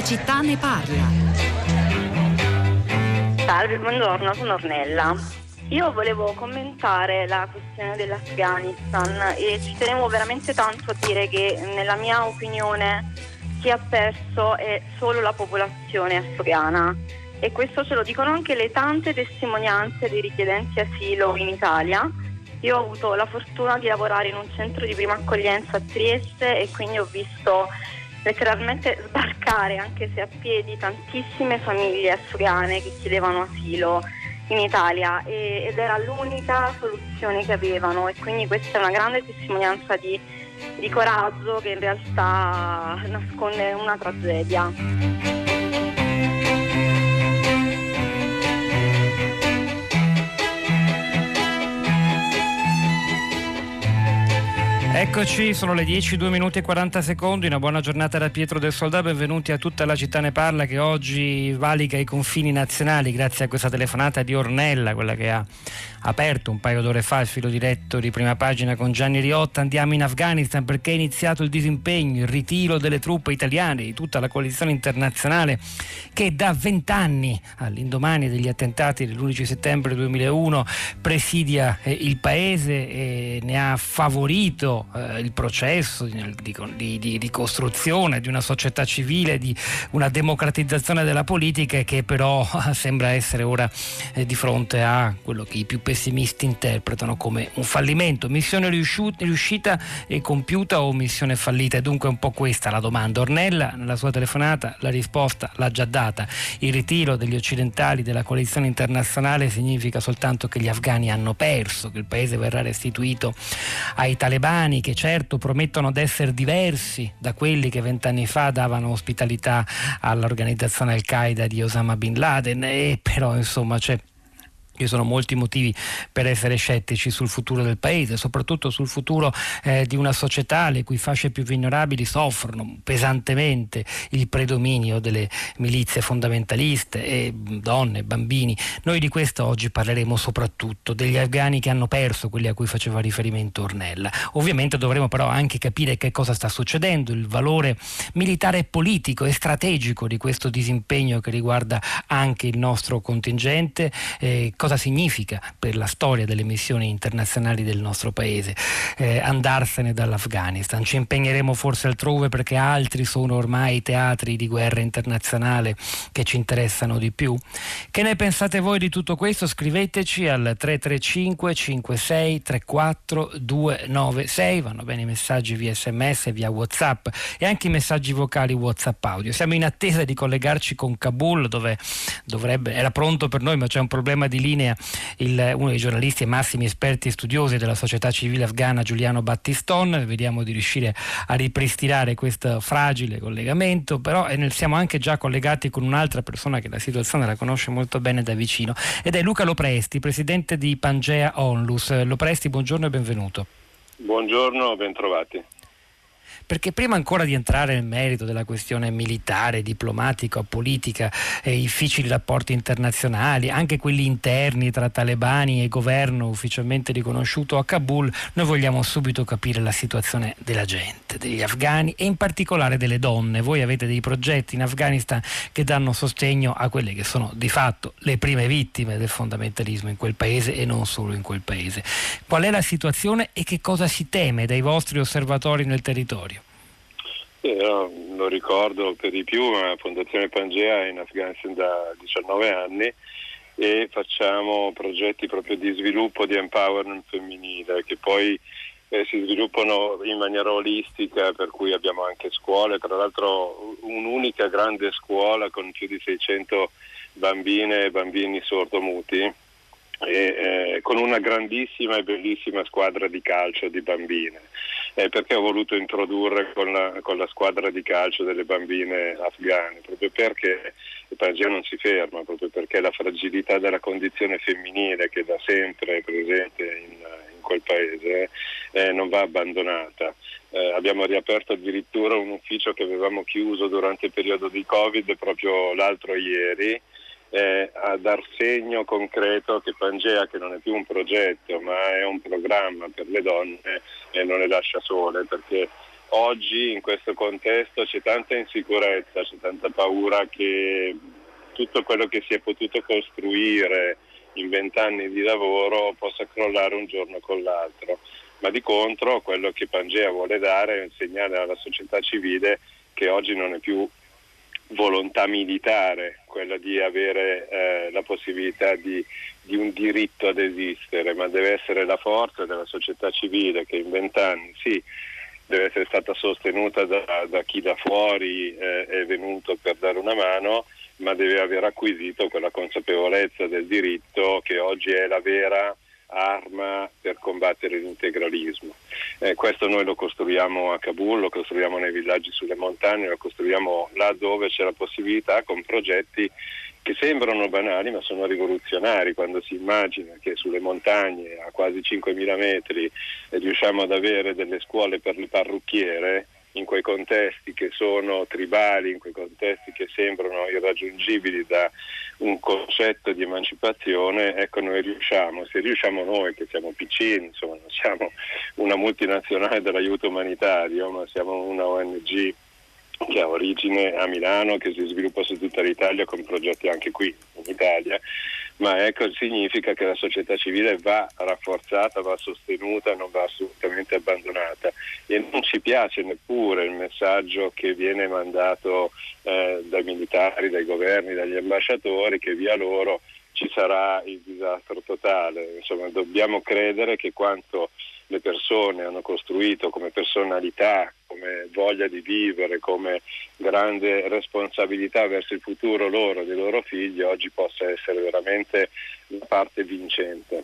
La città ne parla. Salve, buongiorno, sono Ornella. Io volevo commentare la questione dell'Afghanistan e ci tenevo veramente tanto a dire che nella mia opinione chi ha perso è solo la popolazione afghana, e questo ce lo dicono anche le tante testimonianze dei richiedenti asilo in Italia. Io ho avuto la fortuna di lavorare in un centro di prima accoglienza a Trieste e quindi ho visto letteralmente sbarcare, anche se a piedi, tantissime famiglie afghane che chiedevano asilo in Italia ed era l'unica soluzione che avevano, e quindi questa è una grande testimonianza di coraggio che in realtà nasconde una tragedia. Eccoci, sono le 10, 2 minuti e 40 secondi, una buona giornata da Pietro del Soldà, benvenuti a tutta la città ne parla che oggi valica i confini nazionali grazie a questa telefonata di Ornella, quella che ha aperto un paio d'ore fa il filo diretto di Prima Pagina con Gianni Riotta. Andiamo in Afghanistan perché è iniziato il disimpegno, il ritiro delle truppe italiane, di tutta la coalizione internazionale che da 20 anni, all'indomani degli attentati dell'11 settembre 2001, presidia il paese e ne ha favorito il processo di costruzione di una società civile, di una democratizzazione della politica, che però sembra essere ora di fronte a quello che i più pessimisti interpretano come un fallimento. Missione riuscita e compiuta o missione fallita? È dunque un po' questa la domanda. Ornella nella sua telefonata la risposta l'ha già data: il ritiro degli occidentali della coalizione internazionale significa soltanto che gli afghani hanno perso, che il paese verrà restituito ai talebani, che certo promettono di essere diversi da quelli che 20 anni fa davano ospitalità all'organizzazione Al-Qaeda di Osama Bin Laden, e però insomma ci sono molti motivi per essere scettici sul futuro del paese, soprattutto sul futuro di una società le cui fasce più vulnerabili soffrono pesantemente il predominio delle milizie fondamentaliste, e donne, bambini. Noi di questo oggi parleremo, soprattutto degli afghani che hanno perso, quelli a cui faceva riferimento Ornella. Ovviamente dovremo però anche capire che cosa sta succedendo, il valore militare e politico e strategico di questo disimpegno che riguarda anche il nostro contingente, cosa significa per la storia delle missioni internazionali del nostro paese andarsene dall'Afghanistan. Ci impegneremo forse altrove perché altri sono ormai i teatri di guerra internazionale che ci interessano di più. Che ne pensate voi di tutto questo? Scriveteci al 335 56 34 296, vanno bene i messaggi via SMS, via WhatsApp e anche i messaggi vocali WhatsApp audio. Siamo in attesa di collegarci con Kabul, dove era pronto per noi, ma c'è un problema di linea. Uno dei giornalisti e massimi esperti e studiosi della società civile afghana, Giuliano Battiston. Vediamo di riuscire a ripristinare questo fragile collegamento, però siamo anche già collegati con un'altra persona che la situazione la conosce molto bene da vicino, ed è Luca Lopresti, presidente di Pangea Onlus. Lopresti, buongiorno e benvenuto. Buongiorno, bentrovati. Perché prima ancora di entrare nel merito della questione militare, diplomatica, politica, i difficili rapporti internazionali, anche quelli interni tra talebani e governo ufficialmente riconosciuto a Kabul, noi vogliamo subito capire la situazione della gente, degli afghani e in particolare delle donne. Voi avete dei progetti in Afghanistan che danno sostegno a quelle che sono di fatto le prime vittime del fondamentalismo in quel paese e non solo in quel paese. Qual è la situazione e che cosa si teme dai vostri osservatori nel territorio? Io lo ricordo per di più, ma la Fondazione Pangea è in Afghanistan da 19 anni e facciamo progetti proprio di sviluppo, di empowerment femminile, che poi si sviluppano in maniera olistica, per cui abbiamo anche scuole, tra l'altro un'unica grande scuola con più di 600 bambine e bambini sordomuti, con una grandissima e bellissima squadra di calcio di bambine, perché ho voluto introdurre con la squadra di calcio delle bambine afghane, proprio perché il Pangea non si ferma, proprio perché la fragilità della condizione femminile, che da sempre è presente in quel paese, non va abbandonata. Abbiamo riaperto addirittura un ufficio che avevamo chiuso durante il periodo di Covid proprio l'altro ieri, a dar segno concreto che Pangea, che non è più un progetto ma è un programma per le donne, non le lascia sole, perché oggi in questo contesto c'è tanta insicurezza, c'è tanta paura che tutto quello che si è potuto costruire in 20 anni di lavoro possa crollare un giorno con l'altro. Ma di contro quello che Pangea vuole dare è un segnale alla società civile che oggi non è più volontà militare, quella di avere la possibilità di un diritto ad esistere, ma deve essere la forza della società civile che in 20 anni sì, deve essere stata sostenuta da chi da fuori è venuto per dare una mano, ma deve aver acquisito quella consapevolezza del diritto che oggi è la vera arma per combattere l'integralismo. Questo noi lo costruiamo a Kabul, lo costruiamo nei villaggi sulle montagne, lo costruiamo là dove c'è la possibilità, con progetti che sembrano banali ma sono rivoluzionari. Quando si immagina che sulle montagne a quasi 5.000 metri riusciamo ad avere delle scuole per le parrucchiere, in quei contesti che sono tribali, in quei contesti che sembrano irraggiungibili da un concetto di emancipazione, ecco, noi riusciamo, se riusciamo noi che siamo piccini, insomma non siamo una multinazionale dell'aiuto umanitario, ma siamo una ONG che ha origine a Milano, che si sviluppa su tutta l'Italia con progetti anche qui in Italia, ma ecco, significa che la società civile va rafforzata, va sostenuta, non va assolutamente abbandonata, e non ci piace neppure il messaggio che viene mandato dai militari, dai governi, dagli ambasciatori, che via loro ci sarà il disastro totale. Insomma, dobbiamo credere che quanto le persone hanno costruito come personalità, come voglia di vivere, come grande responsabilità verso il futuro loro e dei loro figli, oggi possa essere veramente la parte vincente.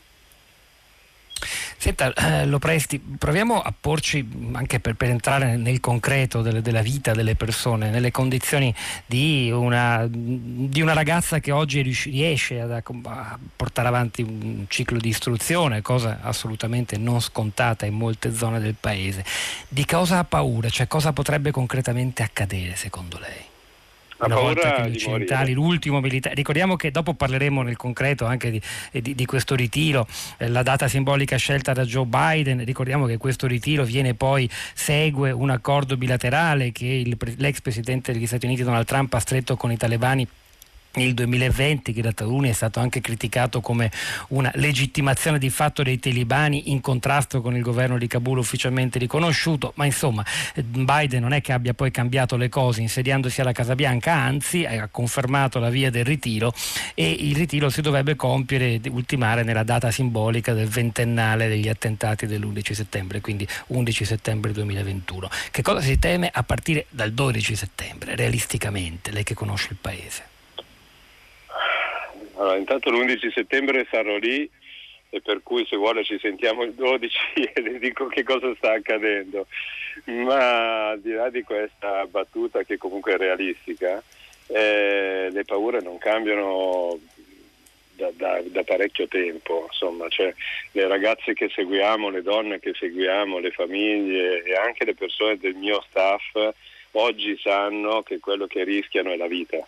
Senta, Lopresti, proviamo a porci, anche per entrare nel concreto della vita delle persone, nelle condizioni di una ragazza che oggi riesce a portare avanti un ciclo di istruzione, cosa assolutamente non scontata in molte zone del paese. Di cosa ha paura? Cioè, cosa potrebbe concretamente accadere secondo lei? Una volta che gli occidentali, l'ultimo militare, ricordiamo che dopo parleremo nel concreto anche di questo ritiro, la data simbolica scelta da Joe Biden, ricordiamo che questo ritiro segue un accordo bilaterale che l'ex presidente degli Stati Uniti Donald Trump ha stretto con i talebani nel 2020, che da taluni è stato anche criticato come una legittimazione di fatto dei talebani in contrasto con il governo di Kabul ufficialmente riconosciuto, ma insomma Biden non è che abbia poi cambiato le cose insediandosi alla Casa Bianca, anzi ha confermato la via del ritiro, e il ritiro si dovrebbe ultimare nella data simbolica del ventennale degli attentati dell'11 settembre, quindi 11 settembre 2021. Che cosa si teme a partire dal 12 settembre, realisticamente, lei che conosce il paese? Allora, intanto l'11 settembre sarò lì, e per cui se vuole ci sentiamo il 12 e le dico che cosa sta accadendo. Ma al di là di questa battuta, che comunque è realistica, le paure non cambiano da parecchio tempo, insomma, cioè, le ragazze che seguiamo, le donne che seguiamo, le famiglie e anche le persone del mio staff oggi sanno che quello che rischiano è la vita.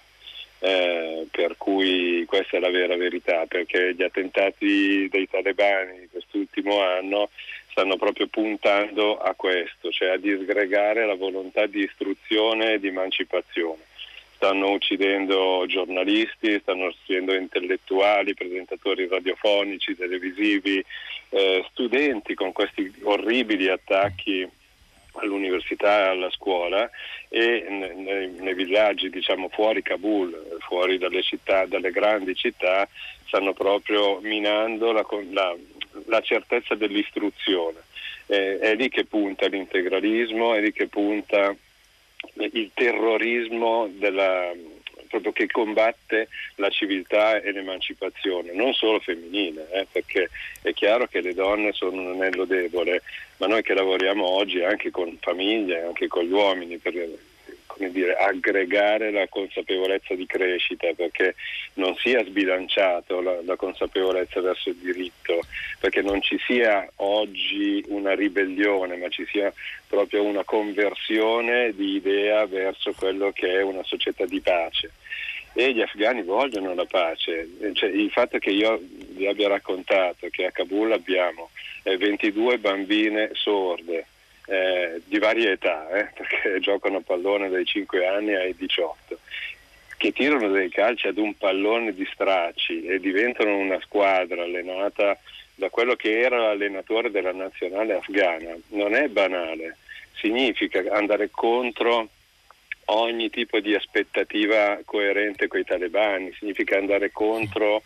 Per cui questa è la vera verità, perché gli attentati dei talebani di quest'ultimo anno stanno proprio puntando a questo, cioè a disgregare la volontà di istruzione e di emancipazione. Stanno uccidendo giornalisti, stanno uccidendo intellettuali, presentatori radiofonici, televisivi, studenti, con questi orribili attacchi all'università e alla scuola, e nei villaggi, diciamo, fuori Kabul, fuori dalle città, dalle grandi città, stanno proprio minando la certezza dell'istruzione. È lì che punta l'integralismo, è lì che punta il terrorismo proprio che combatte la civiltà e l'emancipazione, non solo femminile, perché è chiaro che le donne sono un anello debole, ma noi che lavoriamo oggi anche con famiglie, anche con gli uomini, per, come dire, aggregare la consapevolezza di crescita, perché non sia sbilanciato la consapevolezza verso il diritto, perché non ci sia oggi una ribellione, ma ci sia proprio una conversione di idea verso quello che è una società di pace. E gli afghani vogliono la pace, cioè, il fatto che io vi abbia raccontato che a Kabul abbiamo 22 bambine sorde, di varie età, perché giocano a pallone dai 5 anni ai 18, che tirano dei calci ad un pallone di stracci e diventano una squadra allenata da quello che era l'allenatore della nazionale afghana, non è banale. Significa andare contro ogni tipo di aspettativa coerente coi talebani, significa andare contro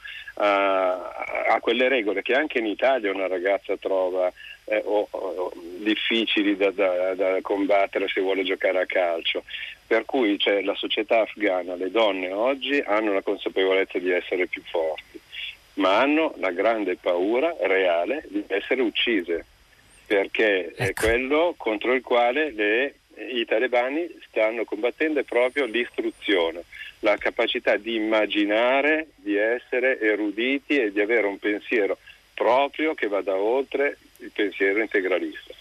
a quelle regole che anche in Italia una ragazza trova difficili da combattere se vuole giocare a calcio. Per cui la società afghana, le donne oggi hanno la consapevolezza di essere più forti, ma hanno la grande paura reale di essere uccise, perché è quello contro il quale i talebani stanno combattendo è proprio l'istruzione, la capacità di immaginare, di essere eruditi e di avere un pensiero proprio che vada oltre il pensiero integralista.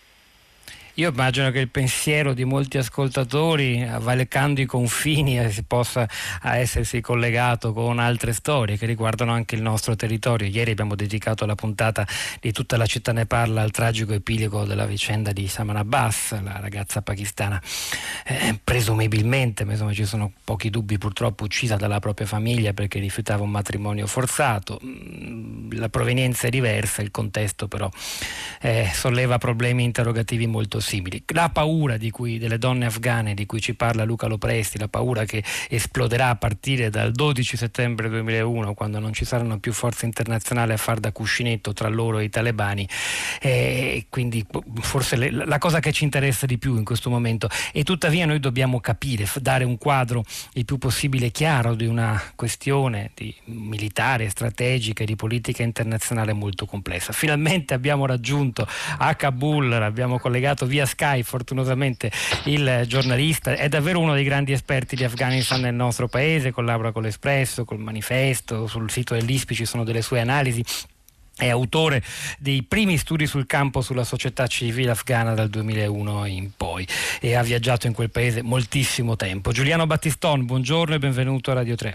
Io immagino che il pensiero di molti ascoltatori, valicando i confini, si possa essersi collegato con altre storie che riguardano anche il nostro territorio. Ieri abbiamo dedicato la puntata di Tutta la città ne parla al tragico epilogo della vicenda di Saman Abbas, la ragazza pakistana presumibilmente, ma insomma ci sono pochi dubbi, purtroppo uccisa dalla propria famiglia perché rifiutava un matrimonio forzato. La provenienza è diversa, il contesto però solleva problemi interrogativi molto simili. La paura delle donne afghane di cui ci parla Luca Lopresti, la paura che esploderà a partire dal 12 settembre 2001, quando non ci saranno più forze internazionali a far da cuscinetto tra loro e i talebani, quindi forse la cosa che ci interessa di più in questo momento. E tuttavia noi dobbiamo capire, dare un quadro il più possibile chiaro di una questione militare, strategica e di politica internazionale molto complessa. Finalmente abbiamo raggiunto a Kabul, l'abbiamo collegato via Skype fortunatamente, il giornalista, è davvero uno dei grandi esperti di Afghanistan nel nostro paese, collabora con l'Espresso, col Manifesto, sul sito dell'ISPI ci sono delle sue analisi. È autore dei primi studi sul campo sulla società civile afghana dal 2001 in poi e ha viaggiato in quel paese moltissimo tempo. Giuliano Battiston, buongiorno e benvenuto a Radio 3.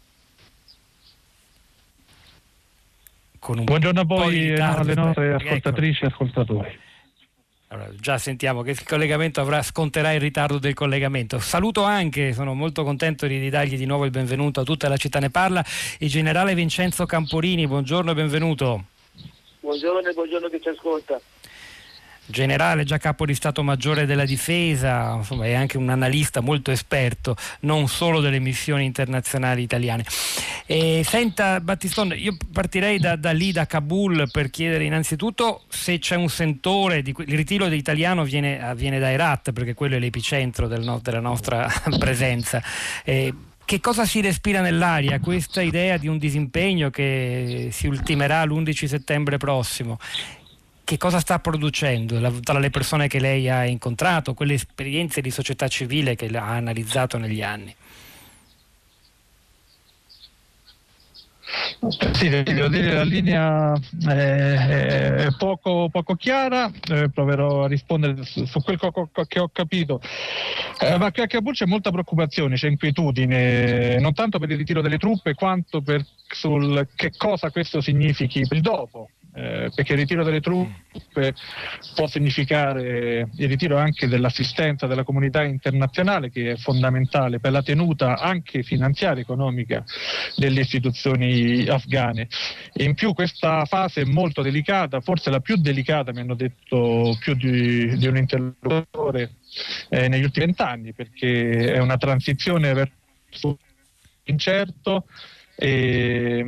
Buongiorno a voi e alle nostre ascoltatrici e ascoltatori. Allora, già sentiamo che il collegamento sconterà il ritardo del collegamento. Saluto anche, sono molto contento di dargli di nuovo il benvenuto a Tutta la città ne parla, il generale Vincenzo Camporini. Buongiorno e benvenuto. Buongiorno chi ci ascolta. Generale, già capo di Stato Maggiore della Difesa, insomma è anche un analista molto esperto non solo delle missioni internazionali italiane. Senta Battiston, io partirei da lì, da Kabul, per chiedere innanzitutto se c'è un sentore il ritiro italiano avviene da Herat, perché quello è l'epicentro della nostra presenza. Che cosa si respira nell'aria? Questa idea di un disimpegno che si ultimerà l'11 settembre prossimo. Che cosa sta producendo tra le persone che lei ha incontrato, quelle esperienze di società civile che ha analizzato negli anni? Sì, devo dire la linea è poco chiara, proverò a rispondere su quel che ho capito. Ma qui a Kabul c'è molta preoccupazione, c'è inquietudine, non tanto per il ritiro delle truppe quanto sul che cosa questo significhi per il dopo. Perché il ritiro delle truppe può significare il ritiro anche dell'assistenza della comunità internazionale, che è fondamentale per la tenuta anche finanziaria e economica delle istituzioni afghane. E in più questa fase è molto delicata, forse la più delicata, mi hanno detto più di un interlocutore negli ultimi 20 anni, perché è una transizione verso incerto e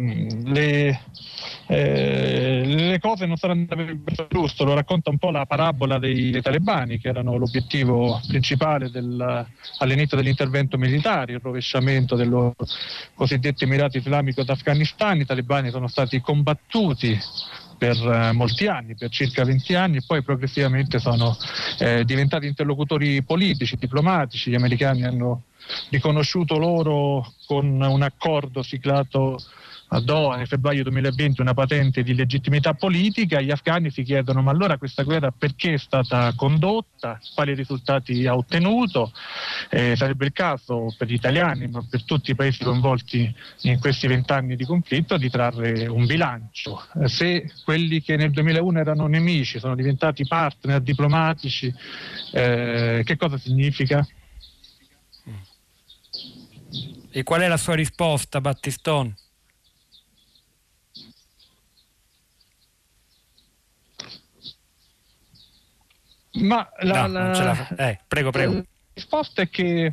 le cose non saranno andate giusto. Lo racconta un po' la parabola dei talebani, che erano l'obiettivo principale all'inizio dell'intervento militare, il rovesciamento del cosiddetto Emirato Islamico d'Afghanistan. I talebani sono stati combattuti per molti anni, per circa 20 anni, e poi progressivamente sono diventati interlocutori politici, diplomatici. Gli americani hanno riconosciuto loro con un accordo siglato a Doha nel febbraio 2020 una patente di legittimità politica. Gli afghani si chiedono: ma allora questa guerra perché è stata condotta? Quali risultati ha ottenuto? Sarebbe il caso per gli italiani, ma per tutti i paesi coinvolti in questi 20 anni di conflitto, di trarre un bilancio. Se quelli che nel 2001 erano nemici sono diventati partner diplomatici, che cosa significa? E qual è la sua risposta, Battistone? Ma prego. La risposta è che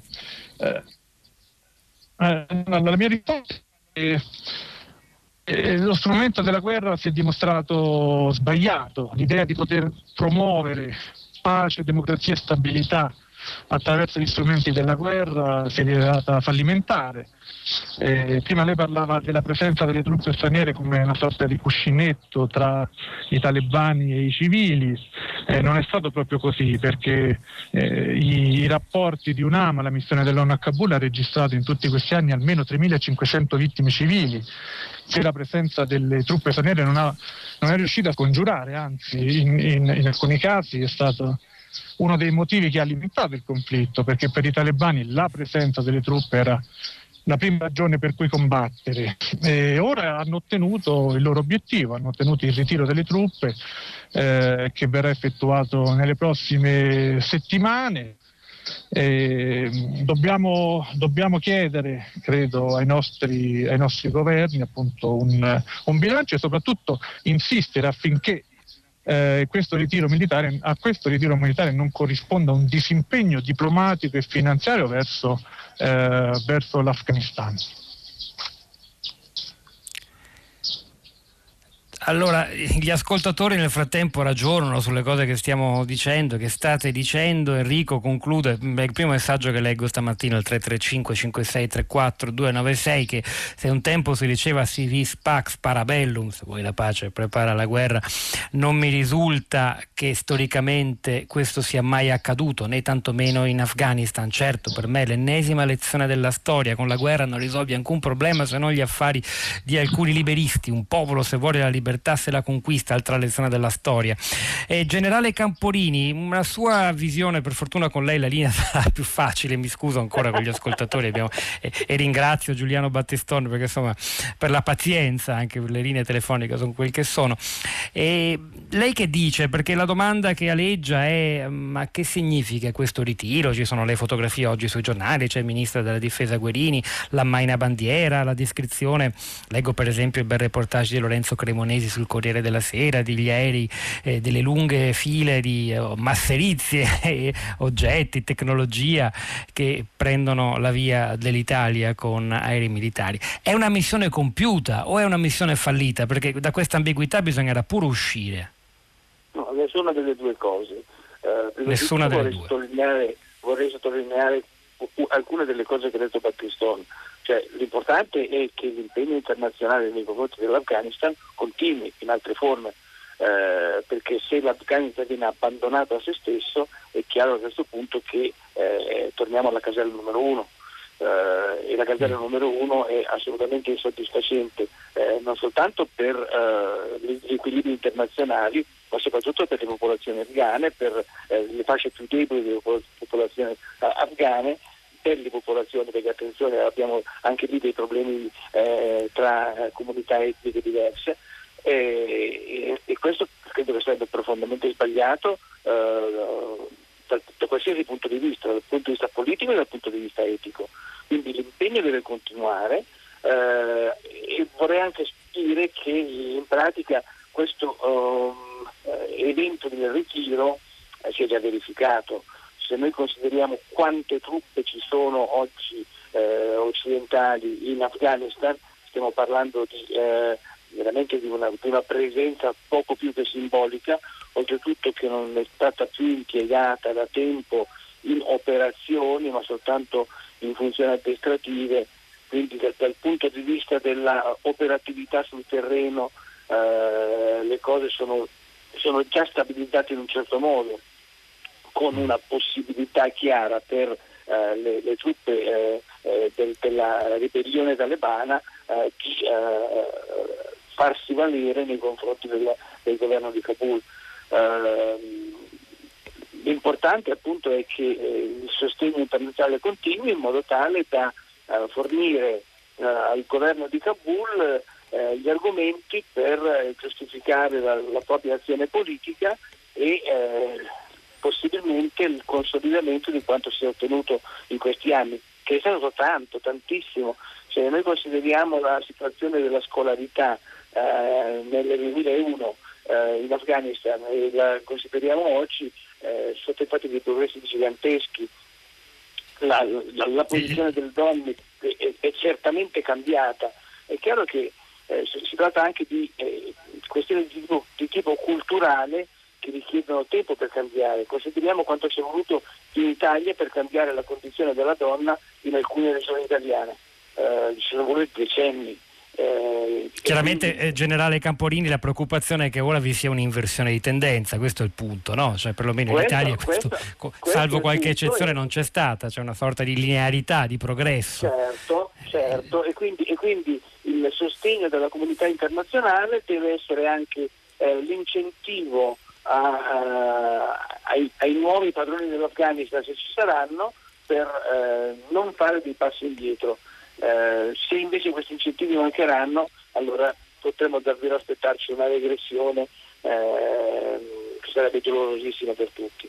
la mia risposta è che lo strumento della guerra si è dimostrato sbagliato. L'idea di poter promuovere pace, democrazia e stabilità attraverso gli strumenti della guerra si è rivelata fallimentare. Prima lei parlava della presenza delle truppe straniere come una sorta di cuscinetto tra i talebani e i civili. Non è stato proprio così, perché i rapporti di UNAMA, la missione dell'ONU a Kabul, ha registrato in tutti questi anni almeno 3.500 vittime civili, che la presenza delle truppe straniere non è riuscita a scongiurare, anzi in alcuni casi è stato uno dei motivi che ha alimentato il conflitto, perché per i talebani la presenza delle truppe era la prima ragione per cui combattere. Ora hanno ottenuto il loro obiettivo, hanno ottenuto il ritiro delle truppe che verrà effettuato nelle prossime settimane. Dobbiamo chiedere, credo, ai nostri governi appunto un bilancio e soprattutto insistere affinché a questo ritiro militare non corrisponda un disimpegno diplomatico e finanziario verso l'Afghanistan. Allora, gli ascoltatori nel frattempo ragionano sulle cose che stiamo dicendo, che state dicendo. Enrico conclude il primo messaggio che leggo stamattina, il 335 5634 296, che se un tempo si diceva si vis pax parabellum, se vuoi la pace prepara la guerra, non mi risulta che storicamente questo sia mai accaduto, né tantomeno in Afghanistan. Certo, per me è l'ennesima lezione della storia: con la guerra non risolvi alcun problema se non gli affari di alcuni liberisti. Un popolo, se vuole la libertà, se la conquista, altra lezione della storia. Generale Camporini, una sua visione, per fortuna con lei la linea sarà più facile, mi scuso ancora con gli ascoltatori e ringrazio Giuliano Battistone perché insomma per la pazienza, anche per le linee telefoniche sono quel che sono. E lei che dice? Perché la domanda che aleggia è: ma che significa questo ritiro? Ci sono le fotografie oggi sui giornali, c'è il ministro della difesa Guerini, l'ammaina bandiera, la descrizione, leggo per esempio il bel reportage di Lorenzo Cremonesi sul Corriere della Sera, degli aerei, delle lunghe file di masserizie, oggetti, tecnologia che prendono la via dell'Italia con aerei militari. È una missione compiuta o è una missione fallita? Perché da questa ambiguità bisognerà pure uscire. No, nessuna delle due cose. Nessuna delle due. Vorrei sottolineare alcune delle cose che ha detto Battistone. Cioè, l'importante è che l'impegno internazionale nei confronti dell'Afghanistan continui in altre forme, perché se l'Afghanistan viene abbandonato a se stesso è chiaro a questo punto che torniamo alla casella numero 1, e la casella numero 1 è assolutamente insoddisfacente, non soltanto per gli equilibri internazionali, ma soprattutto per le popolazioni afghane, per le fasce più deboli delle popolazioni afghane, per le popolazioni, perché attenzione, abbiamo anche lì dei problemi tra comunità etniche diverse, e questo credo che sarebbe profondamente sbagliato da qualsiasi punto di vista, dal punto di vista politico e dal punto di vista etico. Quindi l'impegno deve continuare, e vorrei anche dire che in pratica questo evento del ritiro si è già verificato. Se noi consideriamo quante truppe ci sono oggi occidentali in Afghanistan, stiamo parlando veramente di una presenza poco più che simbolica, oltretutto che non è stata più impiegata da tempo in operazioni, ma soltanto in funzioni addestrative. Quindi dal punto di vista della operatività sul terreno le cose sono già stabilizzate in un certo modo, con una possibilità chiara per le truppe della ribellione talebana di farsi valere nei confronti del governo di Kabul. L'importante appunto è che il sostegno internazionale continui in modo tale da fornire al governo di Kabul gli argomenti per giustificare la propria azione politica e possibilmente il consolidamento di quanto si è ottenuto in questi anni, che è stato tantissimo. Se noi consideriamo la situazione della scolarità nel 2001 in Afghanistan e la consideriamo oggi, sono stati fatti dei progressi giganteschi. La posizione delle donne è certamente cambiata. È chiaro che si tratta anche di questioni di tipo culturale che richiedono tempo per cambiare. Consideriamo quanto ci è voluto in Italia per cambiare la condizione della donna in alcune regioni italiane. Ci sono voluti decenni. Chiaramente, generale Camporini, la preoccupazione è che ora vi sia un'inversione di tendenza, questo è il punto, no? Cioè perlomeno in Italia salvo qualche eccezione non c'è stata, c'è una sorta di linearità, di progresso. Certo, e quindi il sostegno della comunità internazionale deve essere anche l'incentivo ai nuovi padroni dell'Afghanistan, se ci saranno, per non fare dei passi indietro. Se invece questi incentivi mancheranno, allora potremo davvero aspettarci una regressione che sarebbe dolorosissima per tutti.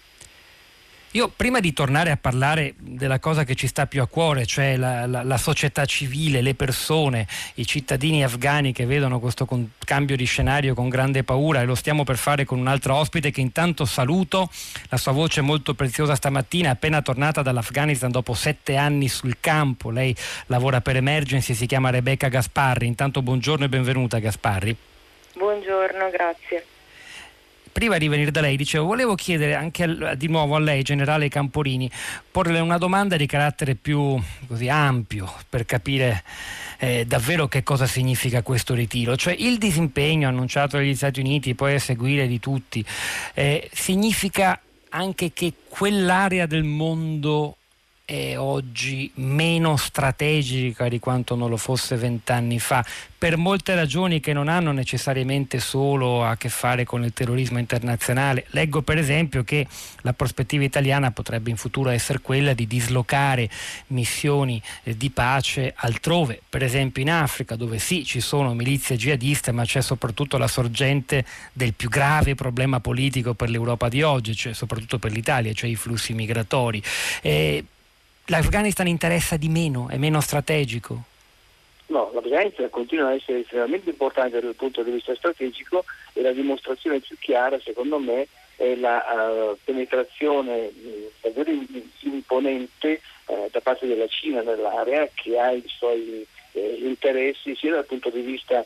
Io, prima di tornare a parlare della cosa che ci sta più a cuore, cioè la società civile, le persone, i cittadini afghani che vedono questo cambio di scenario con grande paura, e lo stiamo per fare con un altro ospite che intanto saluto, la sua voce molto preziosa stamattina, appena tornata dall'Afghanistan dopo 7 anni sul campo. Lei lavora per Emergency, si chiama Rebecca Gasparri. Intanto buongiorno e benvenuta, Gasparri. Buongiorno, grazie. Prima di venire da lei, dicevo, volevo chiedere anche di nuovo a lei, generale Camporini, porle una domanda di carattere più così ampio per capire davvero che cosa significa questo ritiro. Cioè, il disimpegno annunciato dagli Stati Uniti, poi a seguire di tutti, significa anche che quell'area del mondo è oggi meno strategica di quanto non lo fosse 20 anni fa, per molte ragioni che non hanno necessariamente solo a che fare con il terrorismo internazionale. Leggo per esempio che la prospettiva italiana potrebbe in futuro essere quella di dislocare missioni di pace altrove, per esempio in Africa, dove sì, ci sono milizie jihadiste, ma c'è soprattutto la sorgente del più grave problema politico per l'Europa di oggi, cioè soprattutto per l'Italia, cioè i flussi migratori. L'Afghanistan interessa di meno, è meno strategico? No, l'Afghanistan continua a essere estremamente importante dal punto di vista strategico, e la dimostrazione più chiara, secondo me, è la penetrazione davvero imponente da parte della Cina nell'area, che ha i suoi interessi sia dal punto di vista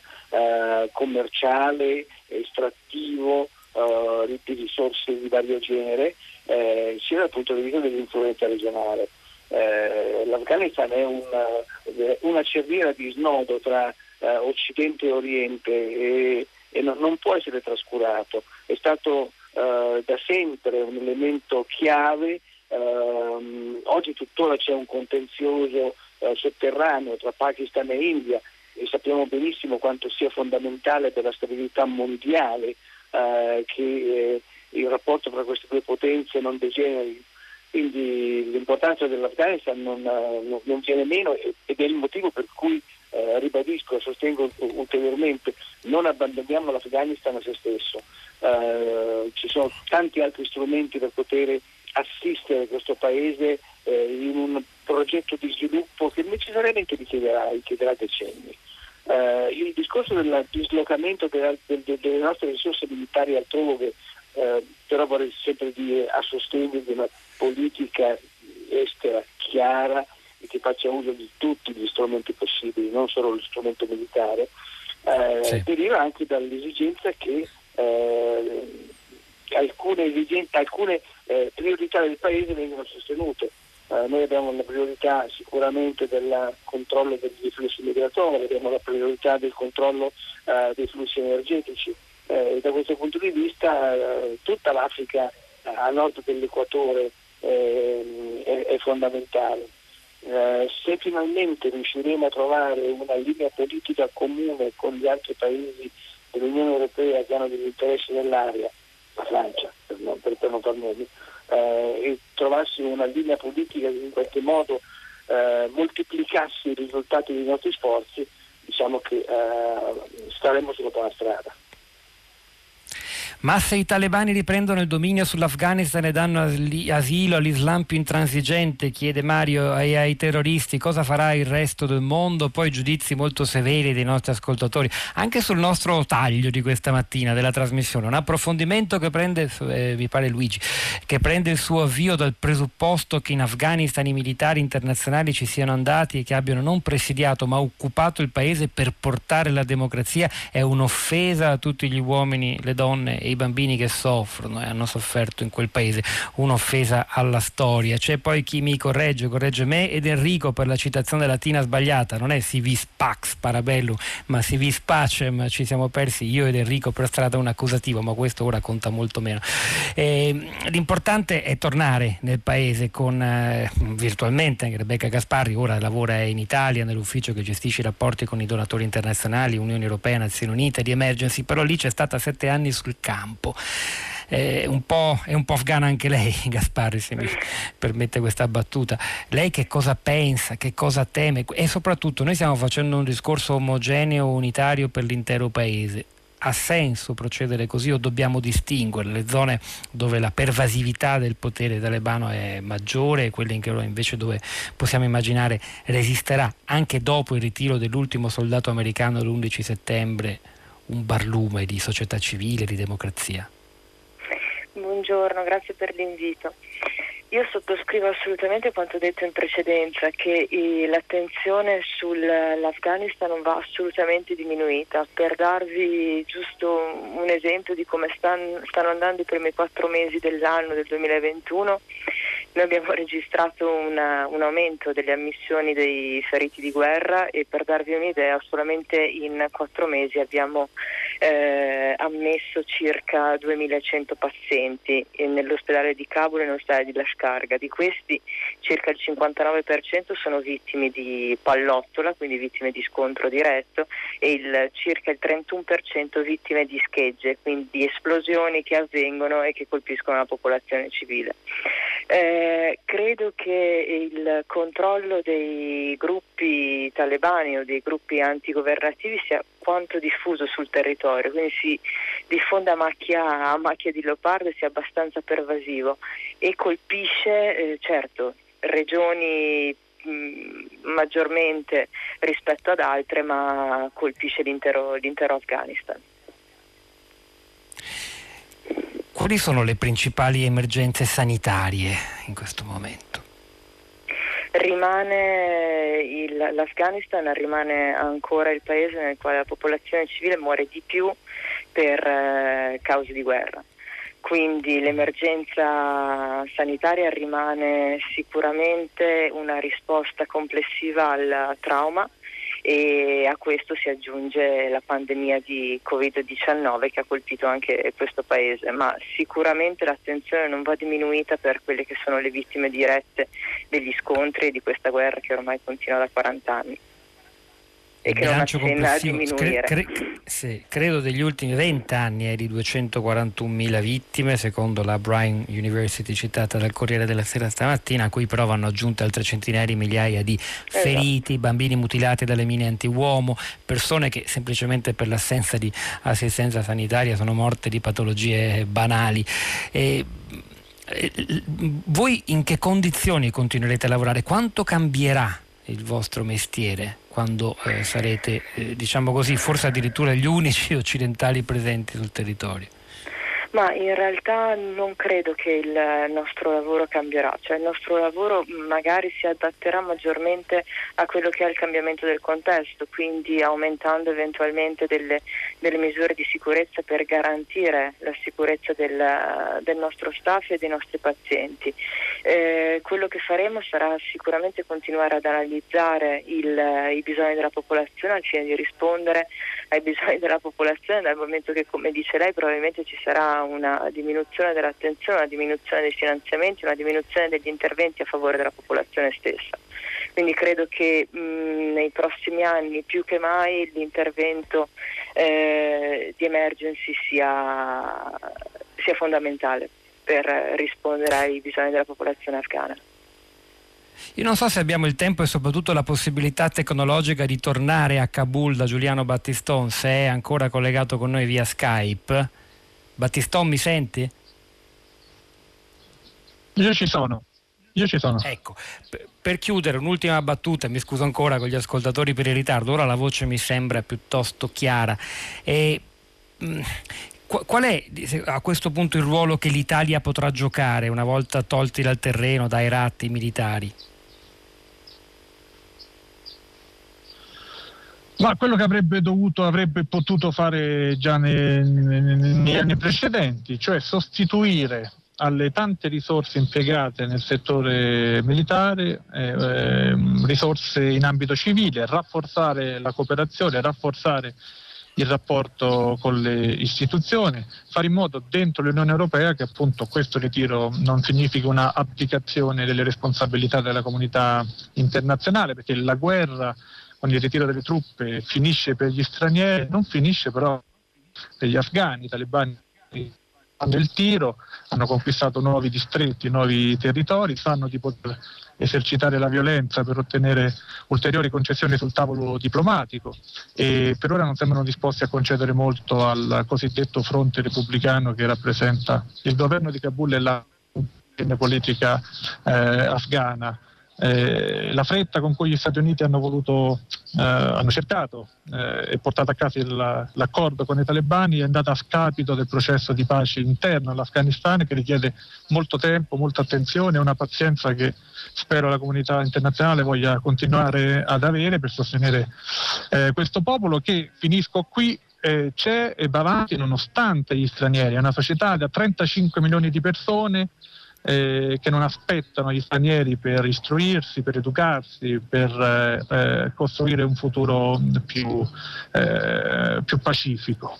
commerciale, estrattivo, di risorse di vario genere, sia dal punto di vista dell'influenza regionale. L'Afghanistan è una cerniera di snodo tra Occidente e Oriente e non può essere trascurato. È stato da sempre un elemento chiave. Oggi tuttora c'è un contenzioso sotterraneo tra Pakistan e India, e sappiamo benissimo quanto sia fondamentale per la stabilità mondiale che il rapporto tra queste due potenze non degeneri. Quindi l'importanza dell'Afghanistan non viene meno, ed è il motivo per cui ribadisco e sostengo ulteriormente: non abbandoniamo l'Afghanistan a se stesso. Ci sono tanti altri strumenti per poter assistere questo paese in un progetto di sviluppo che necessariamente richiederà decenni. Il discorso del dislocamento delle nostre risorse militari altrove, però vorrei sempre dire a sostegno di una politica estera chiara e che faccia uso di tutti gli strumenti possibili, non solo lo strumento militare, deriva anche dall'esigenza che alcune priorità del Paese vengano sostenute. Noi abbiamo la priorità sicuramente del controllo degli flussi migratori, abbiamo la priorità del controllo dei flussi energetici. Da questo punto di vista tutta l'Africa a nord dell'equatore è fondamentale. Se finalmente riusciremo a trovare una linea politica comune con gli altri paesi dell'Unione Europea che hanno degli interessi nell'area, la Francia per non far nomi, e trovassimo una linea politica che in qualche modo moltiplicasse i risultati dei nostri sforzi, diciamo che staremo sulla buona strada. Ma se i talebani riprendono il dominio sull'Afghanistan e danno asilo all'Islam più intransigente, chiede Mario, ai terroristi, cosa farà il resto del mondo? Poi giudizi molto severi dei nostri ascoltatori, anche sul nostro taglio di questa mattina della trasmissione, un approfondimento che prende, mi pare Luigi, che prende il suo avvio dal presupposto che in Afghanistan i militari internazionali ci siano andati e che abbiano non presidiato ma occupato il paese per portare la democrazia, è un'offesa a tutti gli uomini, le donne e i bambini che soffrono e hanno sofferto in quel paese, un'offesa alla storia. C'è poi chi mi corregge me ed Enrico per la citazione latina sbagliata, non è si vis pax parabellum ma si vis pacem, ci siamo persi io ed Enrico per strada un accusativo, ma questo ora conta molto meno. L'importante è tornare nel paese con virtualmente, anche Rebecca Gasparri ora lavora in Italia nell'ufficio che gestisce i rapporti con i donatori internazionali, Unione Europea, Nazioni Unite, di Emergency, però lì c'è stata 7 anni sul campo. È un po' afghana anche lei, Gasparri, se mi permette questa battuta. Lei che cosa pensa, che cosa teme? E soprattutto noi stiamo facendo un discorso omogeneo, unitario per l'intero paese. Ha senso procedere così o dobbiamo distinguere le zone dove la pervasività del potere talebano è maggiore e quelle invece dove possiamo immaginare resisterà anche dopo il ritiro dell'ultimo soldato americano l'11 settembre un barlume di società civile, di democrazia? Buongiorno, grazie per l'invito. Io sottoscrivo assolutamente quanto detto in precedenza, che l'attenzione sull'Afghanistan non va assolutamente diminuita. Per darvi giusto un esempio di come stanno andando i primi 4 mesi dell'anno del 2021, noi abbiamo registrato un aumento delle ammissioni dei feriti di guerra e, per darvi un'idea, solamente in 4 mesi abbiamo ammesso circa 2100 pazienti nell'ospedale di Kabul e nell'ospedale di Lashkargah. Di questi circa il 59% sono vittime di pallottola, quindi vittime di scontro diretto, e circa il 31% vittime di schegge, quindi di esplosioni che avvengono e che colpiscono la popolazione civile. Credo che il controllo dei gruppi talebani o dei gruppi antigovernativi sia quanto diffuso sul territorio, quindi si diffonde a macchia di leopardo e sia abbastanza pervasivo e colpisce certo regioni maggiormente rispetto ad altre, ma colpisce l'intero Afghanistan. Quali sono le principali emergenze sanitarie in questo momento? L'Afghanistan rimane ancora il paese nel quale la popolazione civile muore di più per cause di guerra. Quindi l'emergenza sanitaria rimane sicuramente una risposta complessiva al trauma, e a questo si aggiunge la pandemia di Covid-19 che ha colpito anche questo paese, ma sicuramente l'attenzione non va diminuita per quelle che sono le vittime dirette degli scontri e di questa guerra che ormai continua da 40 anni. E che non accenna a diminuire. Credo degli ultimi 20 anni è di 241.000 vittime, secondo la Brown University citata dal Corriere della Sera stamattina, a cui però vanno aggiunte altre centinaia di migliaia di feriti, bambini mutilati dalle mine antiuomo, persone che semplicemente per l'assenza di assistenza sanitaria sono morte di patologie banali. Voi in che condizioni continuerete a lavorare? Quanto cambierà il vostro mestiere quando sarete, diciamo così, forse addirittura gli unici occidentali presenti sul territorio? Ma in realtà non credo che il nostro lavoro cambierà, cioè il nostro lavoro magari si adatterà maggiormente a quello che è il cambiamento del contesto, quindi aumentando eventualmente delle misure di sicurezza per garantire la sicurezza del nostro staff e dei nostri pazienti. Quello che faremo sarà sicuramente continuare ad analizzare i bisogni della popolazione al fine di rispondere ai bisogni della popolazione, dal momento che, come dice lei, probabilmente ci sarà sia una diminuzione dell'attenzione, una diminuzione dei finanziamenti, una diminuzione degli interventi a favore della popolazione stessa. Quindi credo che nei prossimi anni più che mai l'intervento di emergency sia fondamentale per rispondere ai bisogni della popolazione afghana. Io non so se abbiamo il tempo e soprattutto la possibilità tecnologica di tornare a Kabul da Giuliano Battiston, se è ancora collegato con noi via Skype. Battiston, mi senti? Io ci sono. Ecco, per chiudere un'ultima battuta, mi scuso ancora con gli ascoltatori per il ritardo, ora la voce mi sembra piuttosto chiara. Qual è a questo punto il ruolo che l'Italia potrà giocare una volta tolti dal terreno dai ratti militari? Ma quello che avrebbe potuto fare già negli anni precedenti, cioè sostituire alle tante risorse impiegate nel settore militare, risorse in ambito civile, rafforzare la cooperazione, rafforzare il rapporto con le istituzioni, fare in modo dentro l'Unione Europea che appunto questo ritiro non significhi una abdicazione delle responsabilità della comunità internazionale, perché la guerra con il ritiro delle truppe finisce per gli stranieri, non finisce però per gli afghani. I talebani fanno il tiro, hanno conquistato nuovi distretti, nuovi territori, sanno di poter esercitare la violenza per ottenere ulteriori concessioni sul tavolo diplomatico e per ora non sembrano disposti a concedere molto al cosiddetto fronte repubblicano che rappresenta il governo di Kabul e la politica afghana. La fretta con cui gli Stati Uniti hanno cercato e portato a casa l'accordo con i talebani è andata a scapito del processo di pace interno all'Afghanistan, che richiede molto tempo, molta attenzione e una pazienza che spero la comunità internazionale voglia continuare ad avere per sostenere questo popolo che, finisco qui, c'è e va avanti nonostante gli stranieri. È una società da 35 milioni di persone che non aspettano gli stranieri per istruirsi, per educarsi, per costruire un futuro più pacifico.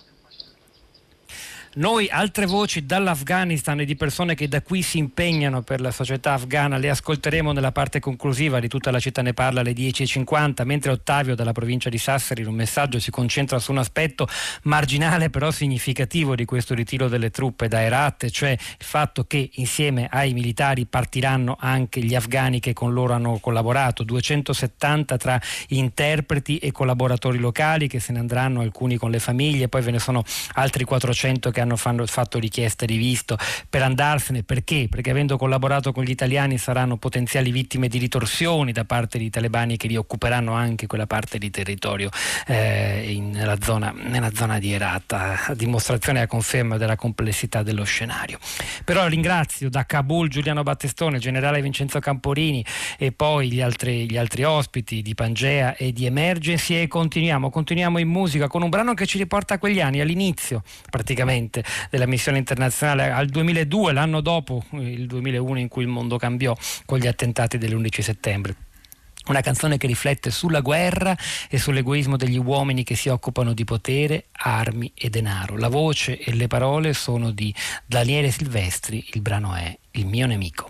Noi altre voci dall'Afghanistan e di persone che da qui si impegnano per la società afghana le ascolteremo nella parte conclusiva di Tutta la città ne parla alle 10.50, mentre Ottavio dalla provincia di Sassari in un messaggio si concentra su un aspetto marginale però significativo di questo ritiro delle truppe da Herat, cioè il fatto che insieme ai militari partiranno anche gli afghani che con loro hanno collaborato, 270 tra interpreti e collaboratori locali che se ne andranno, alcuni con le famiglie, poi ve ne sono altri 400 che hanno fatto richiesta di visto per andarsene. Perché? Perché avendo collaborato con gli italiani saranno potenziali vittime di ritorsioni da parte dei talebani che rioccuperanno anche quella parte di territorio nella zona di Herat, a dimostrazione e a conferma della complessità dello scenario. Però ringrazio da Kabul Giuliano Battistone, il generale Vincenzo Camporini e poi gli altri ospiti di Pangea e di Emergency, e continuiamo in musica con un brano che ci riporta a quegli anni, all'inizio praticamente della missione internazionale, al 2002, l'anno dopo il 2001 in cui il mondo cambiò con gli attentati dell'11 settembre. Una canzone che riflette sulla guerra e sull'egoismo degli uomini che si occupano di potere, armi e denaro. La voce e le parole sono di Daniele Silvestri, il brano è Il mio nemico.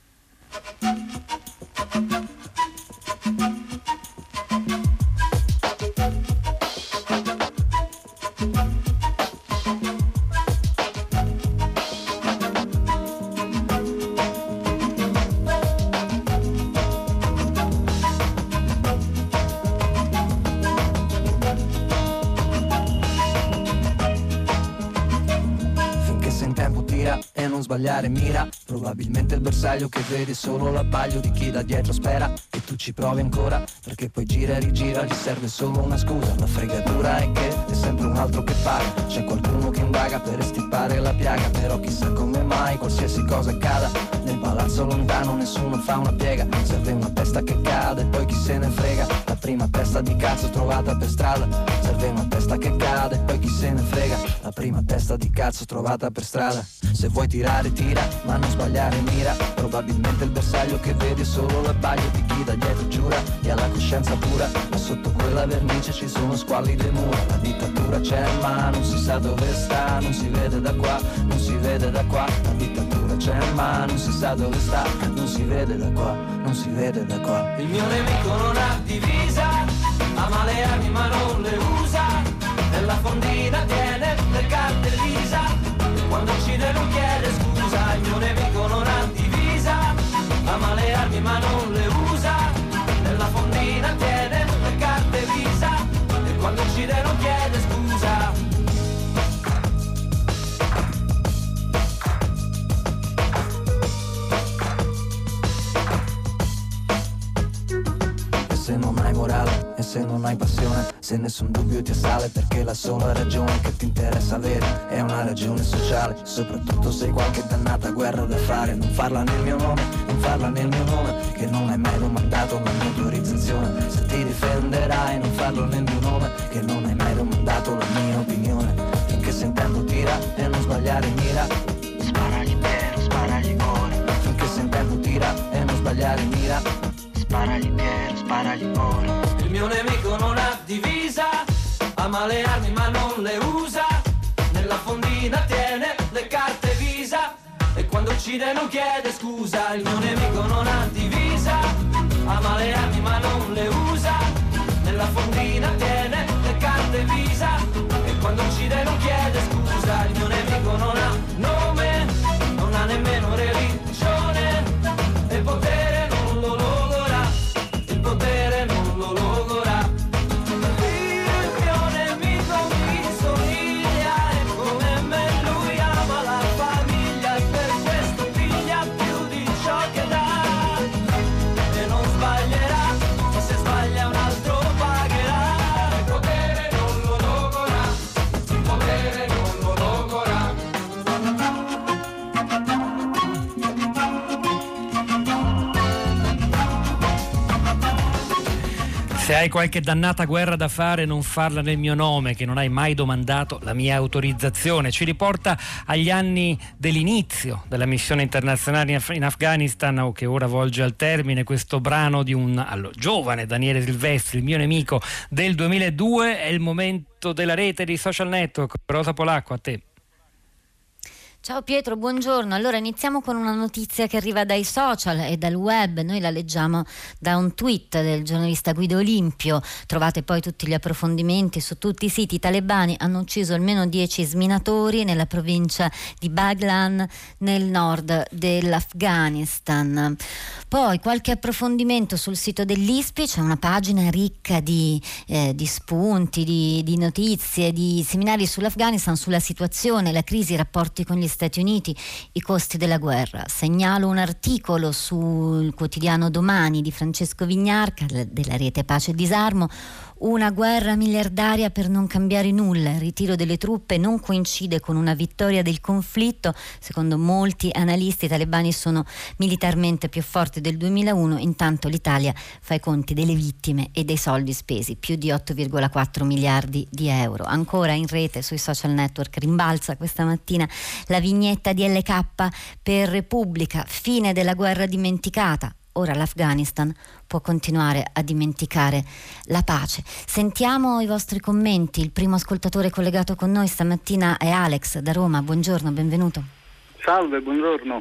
E non sbagliare mira, probabilmente il bersaglio che vedi è solo l'abbaglio di chi da dietro spera che tu ci provi ancora, perché poi gira e rigira, gli serve solo una scusa. La fregatura è che è sempre un altro che paga, c'è qualcuno che indaga per estirpare la piaga, però chissà come mai qualsiasi cosa accada nel palazzo lontano nessuno fa una piega, serve una testa che cade e poi chi se ne frega, la prima testa di cazzo trovata per strada, serve una testa che cade e poi chi se ne frega, la prima testa di cazzo trovata per strada. Se vuoi tirare tira, ma non sbagliare mira, probabilmente il bersaglio che vedi è solo l'abbaglio di chi da dietro giura e ha la coscienza pura, ma sotto quella vernice ci sono squallide mura, la dittatura c'è ma non si sa dove sta, non si vede da qua, non si vede da qua, la dittatura c'è ma non si sa dove sta, non si vede da qua, non si vede da qua. Il mio nemico non ha divisa, ama le armi ma non le usa, nella fondina tiene le carte Visa, quando uccide non chiede scusa. Il mio nemico non ha divisa, ama le armi ma non le usa, nella fondina tiene le carte Visa, e quando uccide non chiede scusa. Se non hai morale e se non hai passione, se nessun dubbio ti assale, perché la sola ragione che ti interessa avere è una ragione sociale. Soprattutto se hai qualche dannata guerra da fare, non farla nel mio nome, non farla nel mio nome, che non hai mai domandato la mia autorizzazione. Se ti difenderai non farlo nel mio nome, che non hai mai domandato la mia opinione. Finché sentendo tira e non sbagliare mira, sparagli Piero, sparagli ora. Finché sentendo tira e non sbagliare mira, sparagli Piero, sparagli ora. Il mio nemico non ha divisa, ama le armi ma non le usa, nella fondina tiene le carte Visa, e quando uccide non chiede scusa. Il mio nemico non ha divisa, ama le armi ma non le usa, nella fondina tiene le carte Visa, e quando uccide non chiede scusa. Il mio nemico non ha nome, non ha nemmeno religione, e il potere non lo logora, il potere non lo logora. Il mio nemico mi somiglia e come me lui ama la famiglia, e per questo piglia più di ciò che dà, e non sbaglierà, e se sbaglia un altro pagherà. Il potere non lo logora, il potere non lo logora. Se hai qualche dannata guerra da fare, non farla nel mio nome, che non hai mai domandato la mia autorizzazione. Ci riporta agli anni dell'inizio della missione internazionale in Afghanistan, che ora volge al termine, questo brano di un giovane Daniele Silvestri, il mio nemico, del 2002. È il momento della rete di social network. Rosa Polacco, a te. Ciao Pietro, buongiorno. Allora iniziamo con una notizia che arriva dai social e dal web. Noi la leggiamo da un tweet del giornalista Guido Olimpio. Trovate poi tutti gli approfondimenti su tutti i siti. I talebani hanno ucciso almeno 10 sminatori nella provincia di Baghlan, nel nord dell'Afghanistan. Poi qualche approfondimento sul sito dell'ISPI, c'è una pagina ricca di spunti, di notizie, di seminari sull'Afghanistan, sulla situazione, la crisi, i rapporti con gli Stati Uniti, i costi della guerra. Segnalo un articolo sul quotidiano Domani di Francesco Vignarca della rete Pace e Disarmo. Una guerra miliardaria per non cambiare nulla. Il ritiro delle truppe non coincide con una vittoria del conflitto. Secondo molti analisti i talebani sono militarmente più forti del 2001, intanto l'Italia fa i conti delle vittime e dei soldi spesi, più di 8,4 miliardi di euro. Ancora in rete sui social network rimbalza questa mattina la vignetta di LK per Repubblica, fine della guerra dimenticata. Ora l'Afghanistan può continuare a dimenticare la pace. Sentiamo i vostri commenti. Il primo ascoltatore collegato con noi stamattina è Alex da Roma. Buongiorno, benvenuto. Salve, buongiorno.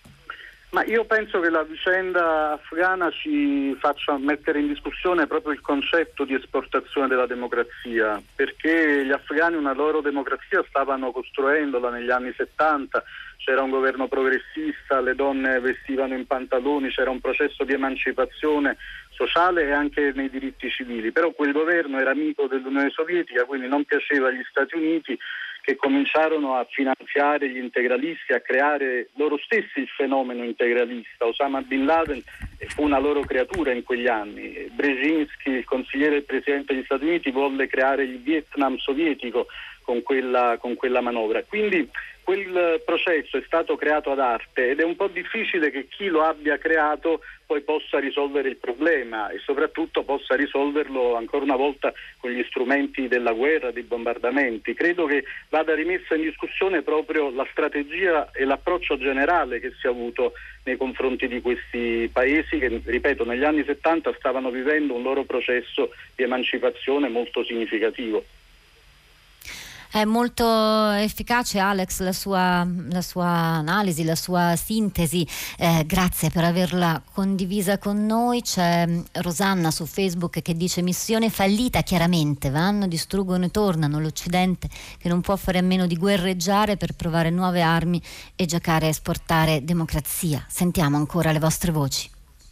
Ma io penso che la vicenda afghana ci faccia mettere in discussione proprio il concetto di esportazione della democrazia, perché gli afghani una loro democrazia stavano costruendola negli anni 70, c'era un governo progressista, le donne vestivano in pantaloni, c'era un processo di emancipazione sociale e anche nei diritti civili, però quel governo era amico dell'Unione Sovietica, quindi non piaceva agli Stati Uniti, che cominciarono a finanziare gli integralisti, a creare loro stessi il fenomeno integralista. Osama Bin Laden fu una loro creatura in quegli anni. Brzezinski, il consigliere del Presidente degli Stati Uniti, volle creare il Vietnam sovietico con quella manovra. Quindi quel processo è stato creato ad arte ed è un po' difficile che chi lo abbia creato poi possa risolvere il problema e soprattutto possa risolverlo ancora una volta con gli strumenti della guerra, dei bombardamenti. Credo che vada rimessa in discussione proprio la strategia e l'approccio generale che si è avuto nei confronti di questi paesi che, ripeto, negli anni 70 stavano vivendo un loro processo di emancipazione molto significativo. È molto efficace, Alex, la sua analisi, la sua sintesi. Grazie per averla condivisa con noi. C'è Rosanna su Facebook che dice: missione fallita chiaramente, vanno, distruggono e tornano, l'Occidente che non può fare a meno di guerreggiare per provare nuove armi e giocare a esportare democrazia. Sentiamo ancora le vostre voci.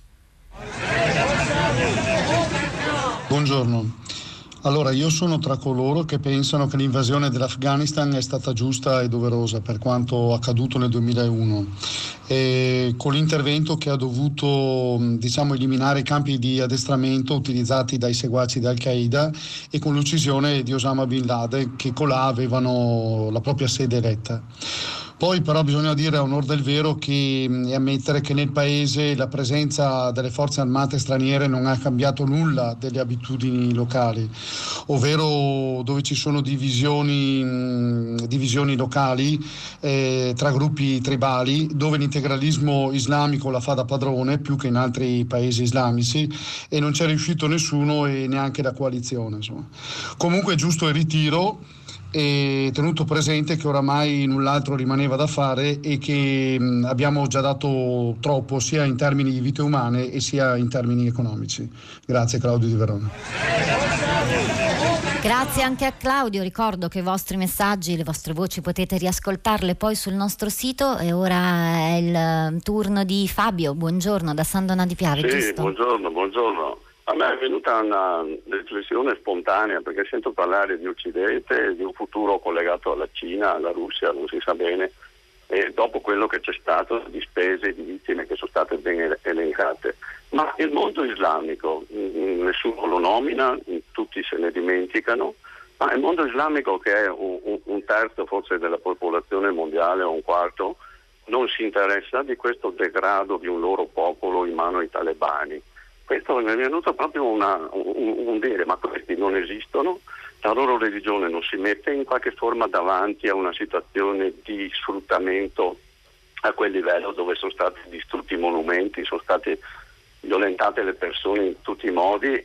Buongiorno. Allora, io sono tra coloro che pensano che l'invasione dell'Afghanistan è stata giusta e doverosa per quanto accaduto nel 2001, e con l'intervento che ha dovuto, eliminare i campi di addestramento utilizzati dai seguaci di Al-Qaeda e con l'uccisione di Osama Bin Laden, che colà avevano la propria sede eletta. Poi però bisogna dire a onor del vero e ammettere che nel paese la presenza delle forze armate straniere non ha cambiato nulla delle abitudini locali, ovvero dove ci sono divisioni locali tra gruppi tribali, dove l'integralismo islamico la fa da padrone più che in altri paesi islamici, e non c'è riuscito nessuno e neanche la coalizione, insomma. Comunque è giusto il ritiro, e tenuto presente che oramai null'altro rimaneva da fare e che abbiamo già dato troppo sia in termini di vite umane e sia in termini economici. Grazie, Claudio di Verona. Grazie anche a Claudio, ricordo che i vostri messaggi, le vostre voci potete riascoltarle poi sul nostro sito, e ora è il turno di Fabio. Buongiorno, da San Donà di Piave. Sì, giusto? buongiorno. A me è venuta una riflessione spontanea, perché sento parlare di Occidente, di un futuro collegato alla Cina, alla Russia, non si sa bene, e dopo quello che c'è stato di spese e di vittime che sono state ben elencate. Ma il mondo islamico, nessuno lo nomina, tutti se ne dimenticano, ma il mondo islamico, che è un terzo forse della popolazione mondiale o un quarto, non si interessa di questo degrado di un loro popolo in mano ai talebani. Questo mi è venuto proprio un dire, ma questi non esistono, la loro religione non si mette in qualche forma davanti a una situazione di sfruttamento a quel livello, dove sono stati distrutti i monumenti, sono state violentate le persone in tutti i modi,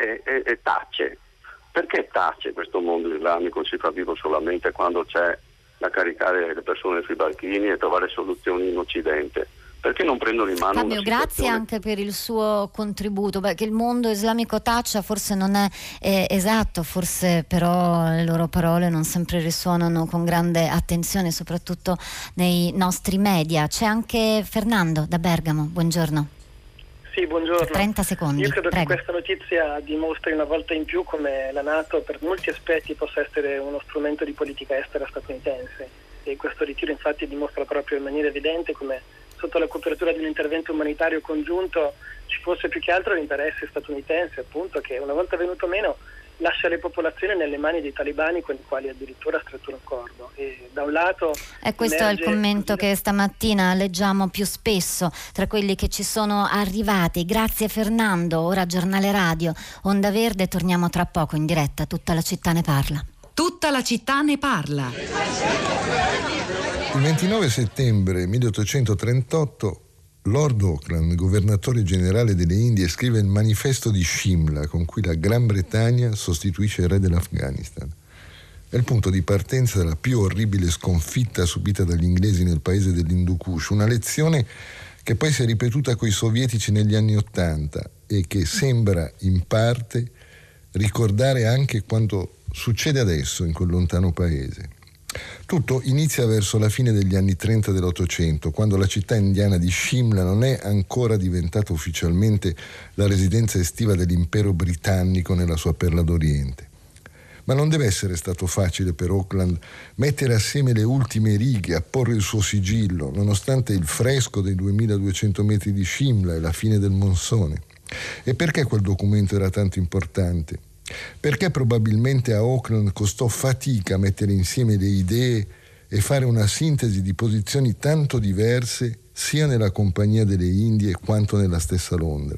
e tace. Perché tace questo mondo islamico? Si fa vivo solamente quando c'è da caricare le persone sui barchini e trovare soluzioni in Occidente. Perché non prendono in mano Fabio, grazie anche per il suo contributo. Che il mondo islamico taccia forse non è esatto, forse però le loro parole non sempre risuonano con grande attenzione, soprattutto nei nostri media. C'è anche Fernando da Bergamo, buongiorno. Sì, buongiorno. 30 secondi. Io credo prego. che questa notizia dimostri una volta in più come la NATO per molti aspetti possa essere uno strumento di politica estera statunitense, e questo ritiro infatti dimostra proprio in maniera evidente come sotto la copertura di un intervento umanitario congiunto ci fosse più che altro l'interesse statunitense, appunto, che una volta venuto meno lascia le popolazioni nelle mani dei talebani, con i quali addirittura ha stretto un accordo. E da un lato questo è il commento che stamattina leggiamo più spesso tra quelli che ci sono arrivati. Grazie Fernando. Ora Giornale Radio, Onda Verde, torniamo tra poco in diretta. Tutta la città ne parla. Tutta la città ne parla. Il 29 settembre 1838 Lord Auckland, governatore generale delle Indie, scrive il manifesto di Shimla, con cui la Gran Bretagna sostituisce il re dell'Afghanistan. È il punto di partenza della più orribile sconfitta subita dagli inglesi nel paese dell'Hindu Kush, una lezione che poi si è ripetuta coi sovietici negli anni '80 e che sembra in parte ricordare anche quanto succede adesso in quel lontano paese. Tutto inizia verso la fine degli anni 30 dell'Ottocento, quando la città indiana di Shimla non è ancora diventata ufficialmente la residenza estiva dell'impero britannico nella sua perla d'Oriente. Ma non deve essere stato facile per Auckland mettere assieme le ultime righe, apporre il suo sigillo, nonostante il fresco dei 2200 metri di Shimla e la fine del monsone. E perché quel documento era tanto importante? Perché probabilmente a Auckland costò fatica mettere insieme le idee e fare una sintesi di posizioni tanto diverse sia nella Compagnia delle Indie quanto nella stessa Londra.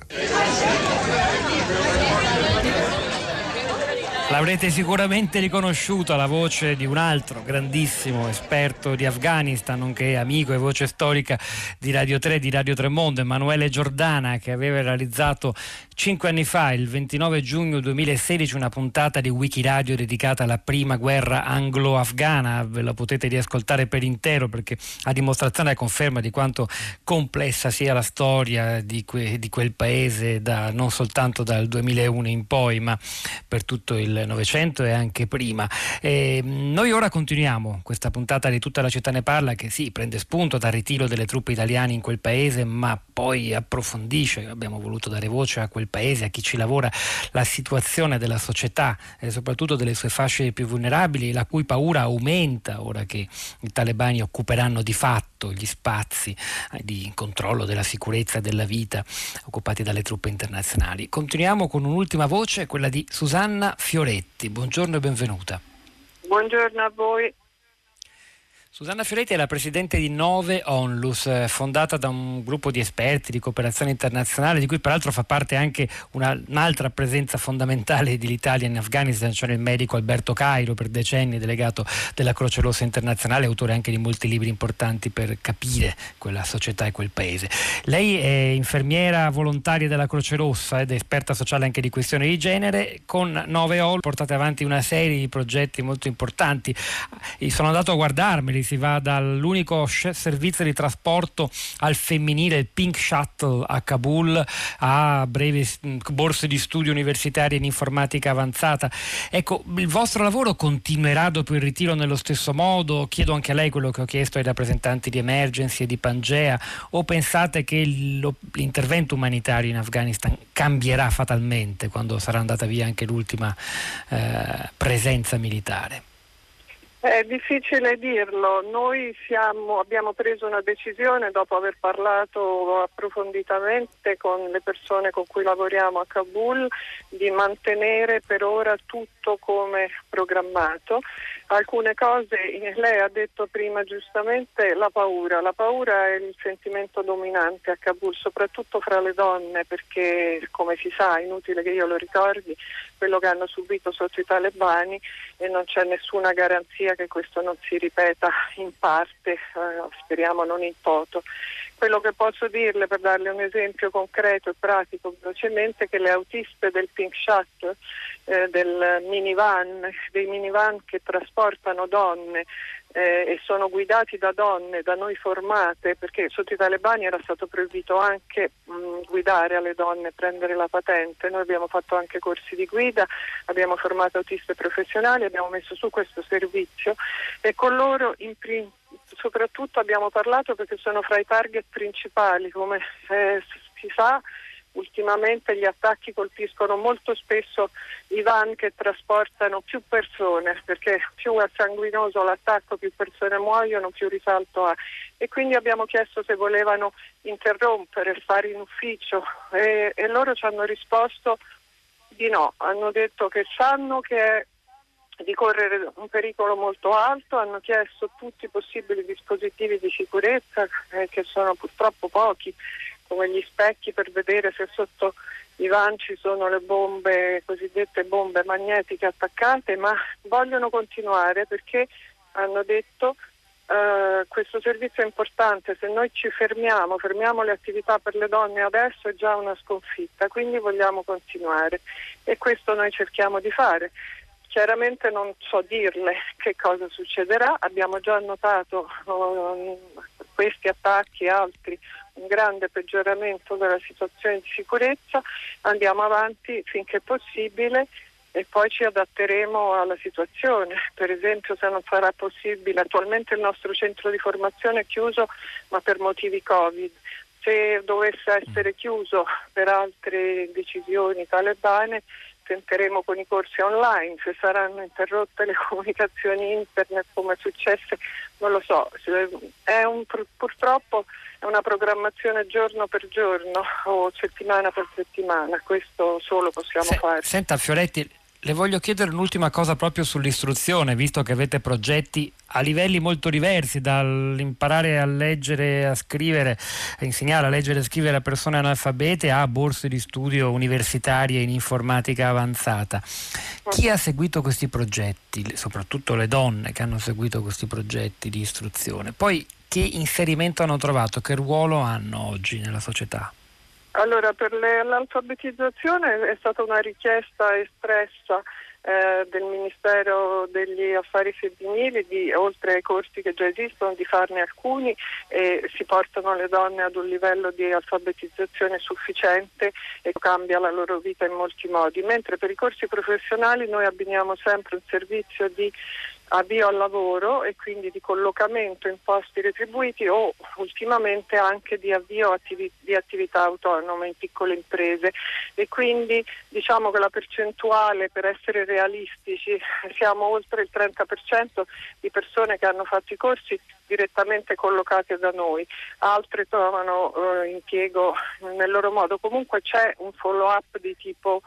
L'avrete sicuramente riconosciuta la voce di un altro grandissimo esperto di Afghanistan, nonché amico e voce storica di Radio 3, di Radio Tremondo, Emanuele Giordana, che aveva realizzato 5 anni fa, il 29 giugno 2016, una puntata di Wikiradio dedicata alla prima guerra anglo-afghana. Ve la potete riascoltare per intero, perché a dimostrazione e conferma di quanto complessa sia la storia di quel paese, non soltanto dal 2001 in poi, ma per tutto il Novecento e anche prima. Noi ora continuiamo questa puntata di Tutta la città ne parla, che sì, prende spunto dal ritiro delle truppe italiane in quel paese, ma poi approfondisce. Abbiamo voluto dare voce a quel paese, a chi ci lavora, la situazione della società e soprattutto delle sue fasce più vulnerabili, la cui paura aumenta ora che i talebani occuperanno di fatto gli spazi di controllo della sicurezza e della vita occupati dalle truppe internazionali. Continuiamo con un'ultima voce, quella di Susanna Fioretti. Buongiorno e benvenuta. Buongiorno a voi. Susanna Fioretti è la presidente di Nove Onlus, fondata da un gruppo di esperti di cooperazione internazionale, di cui peraltro fa parte anche un'altra presenza fondamentale dell'Italia in Afghanistan, cioè il medico Alberto Cairo, per decenni delegato della Croce Rossa Internazionale, autore anche di molti libri importanti per capire quella società e quel paese. Lei è infermiera volontaria della Croce Rossa ed è esperta sociale anche di questioni di genere. Con Nove Onlus portate avanti una serie di progetti molto importanti. Sono andato a guardarmeli. Si va dall'unico servizio di trasporto al femminile, il Pink Shuttle a Kabul, a brevi borse di studio universitarie in informatica avanzata. Ecco, il vostro lavoro continuerà dopo il ritiro nello stesso modo? Chiedo anche a lei quello che ho chiesto ai rappresentanti di Emergency e di Pangea, o pensate che l'intervento umanitario in Afghanistan cambierà fatalmente quando sarà andata via anche l'ultima presenza militare? È difficile dirlo. Noi abbiamo preso una decisione dopo aver parlato approfonditamente con le persone con cui lavoriamo a Kabul di mantenere per ora tutto come programmato. Alcune cose, lei ha detto prima giustamente, la paura. La paura è il sentimento dominante a Kabul, soprattutto fra le donne, perché come si sa, inutile che io lo ricordi, quello che hanno subito sotto i talebani, e non c'è nessuna garanzia che questo non si ripeta in parte, speriamo non in toto. Quello che posso dirle, per darle un esempio concreto e pratico velocemente, è che le autiste del Pink Shuttle, dei minivan che trasportano donne e sono guidati da donne da noi formate, perché sotto i talebani era stato proibito anche guidare alle donne, prendere la patente. Noi abbiamo fatto anche corsi di guida, abbiamo formato autiste professionali, abbiamo messo su questo servizio e con loro soprattutto abbiamo parlato perché sono fra i target principali. Come si sa, ultimamente gli attacchi colpiscono molto spesso i van che trasportano più persone, perché più è sanguinoso l'attacco, più persone muoiono, più risalto ha. E quindi abbiamo chiesto se volevano interrompere, stare in ufficio e loro ci hanno risposto di no. Hanno detto che sanno che è di correre un pericolo molto alto, hanno chiesto tutti i possibili dispositivi di sicurezza, che sono purtroppo pochi, come gli specchi per vedere se sotto i van ci sono le bombe, cosiddette bombe magnetiche attaccate, ma vogliono continuare perché hanno detto questo servizio è importante, se noi ci fermiamo le attività per le donne adesso è già una sconfitta, quindi vogliamo continuare e questo noi cerchiamo di fare. Chiaramente non so dirle che cosa succederà, abbiamo già notato questi attacchi e altri un grande peggioramento della situazione di sicurezza, andiamo avanti finché possibile e poi ci adatteremo alla situazione. Per esempio, se non sarà possibile, attualmente il nostro centro di formazione è chiuso ma per motivi Covid. Se dovesse essere chiuso per altre decisioni talebane, tenteremo con i corsi online. Se saranno interrotte le comunicazioni internet come è successo, non lo so. Purtroppo è una programmazione giorno per giorno o settimana per settimana, questo solo possiamo fare. Senta Fioretti, le voglio chiedere un'ultima cosa proprio sull'istruzione, visto che avete progetti a livelli molto diversi, dall'imparare a leggere, a scrivere, a insegnare a leggere e scrivere a persone analfabete a borse di studio universitarie in informatica avanzata. Chi ha seguito questi progetti, soprattutto le donne che hanno seguito questi progetti di istruzione, poi che inserimento hanno trovato, che ruolo hanno oggi nella società? Allora, per l'alfabetizzazione è stata una richiesta espressa del Ministero degli Affari Femminili, oltre ai corsi che già esistono, di farne alcuni, e si portano le donne ad un livello di alfabetizzazione sufficiente e cambia la loro vita in molti modi. Mentre per i corsi professionali noi abbiniamo sempre un servizio di avvio al lavoro e quindi di collocamento in posti retribuiti, o ultimamente anche di avvio di attività autonome in piccole imprese, e quindi diciamo che la percentuale, per essere realistici, siamo oltre il 30% di persone che hanno fatto i corsi direttamente collocate da noi, altre trovano impiego nel loro modo. Comunque c'è un follow up di tipo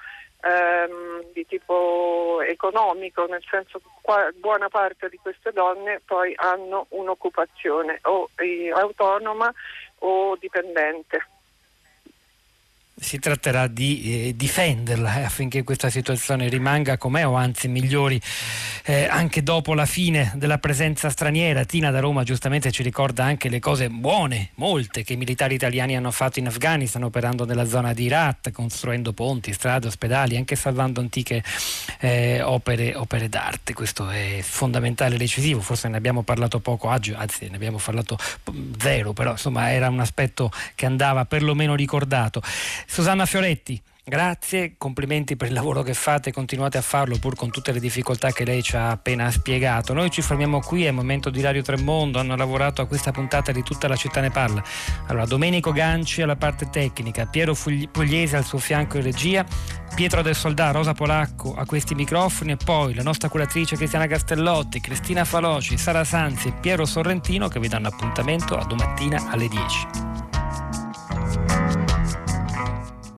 economico, nel senso che buona parte di queste donne poi hanno un'occupazione o autonoma o dipendente. Si tratterà di difenderla affinché questa situazione rimanga com'è, o anzi migliori anche dopo la fine della presenza straniera. Tina da Roma giustamente ci ricorda anche le cose buone, molte, che i militari italiani hanno fatto in Afghanistan, operando nella zona di Herat, costruendo ponti, strade, ospedali, anche salvando antiche opere d'arte. Questo è fondamentale e decisivo. Forse ne abbiamo parlato poco oggi, anzi ne abbiamo parlato zero, però insomma era un aspetto che andava perlomeno ricordato. Susanna Fioretti, grazie, complimenti per il lavoro che fate, continuate a farlo pur con tutte le difficoltà che lei ci ha appena spiegato. Noi ci fermiamo qui, è il momento di Radio Tremondo, hanno lavorato a questa puntata di Tutta la città ne parla. Allora, Domenico Ganci alla parte tecnica, Piero Pugliese al suo fianco in regia, Pietro del Soldà, Rosa Polacco a questi microfoni, e poi la nostra curatrice Cristiana Castellotti, Cristina Faloci, Sara Sanzi e Piero Sorrentino, che vi danno appuntamento a domattina alle 10.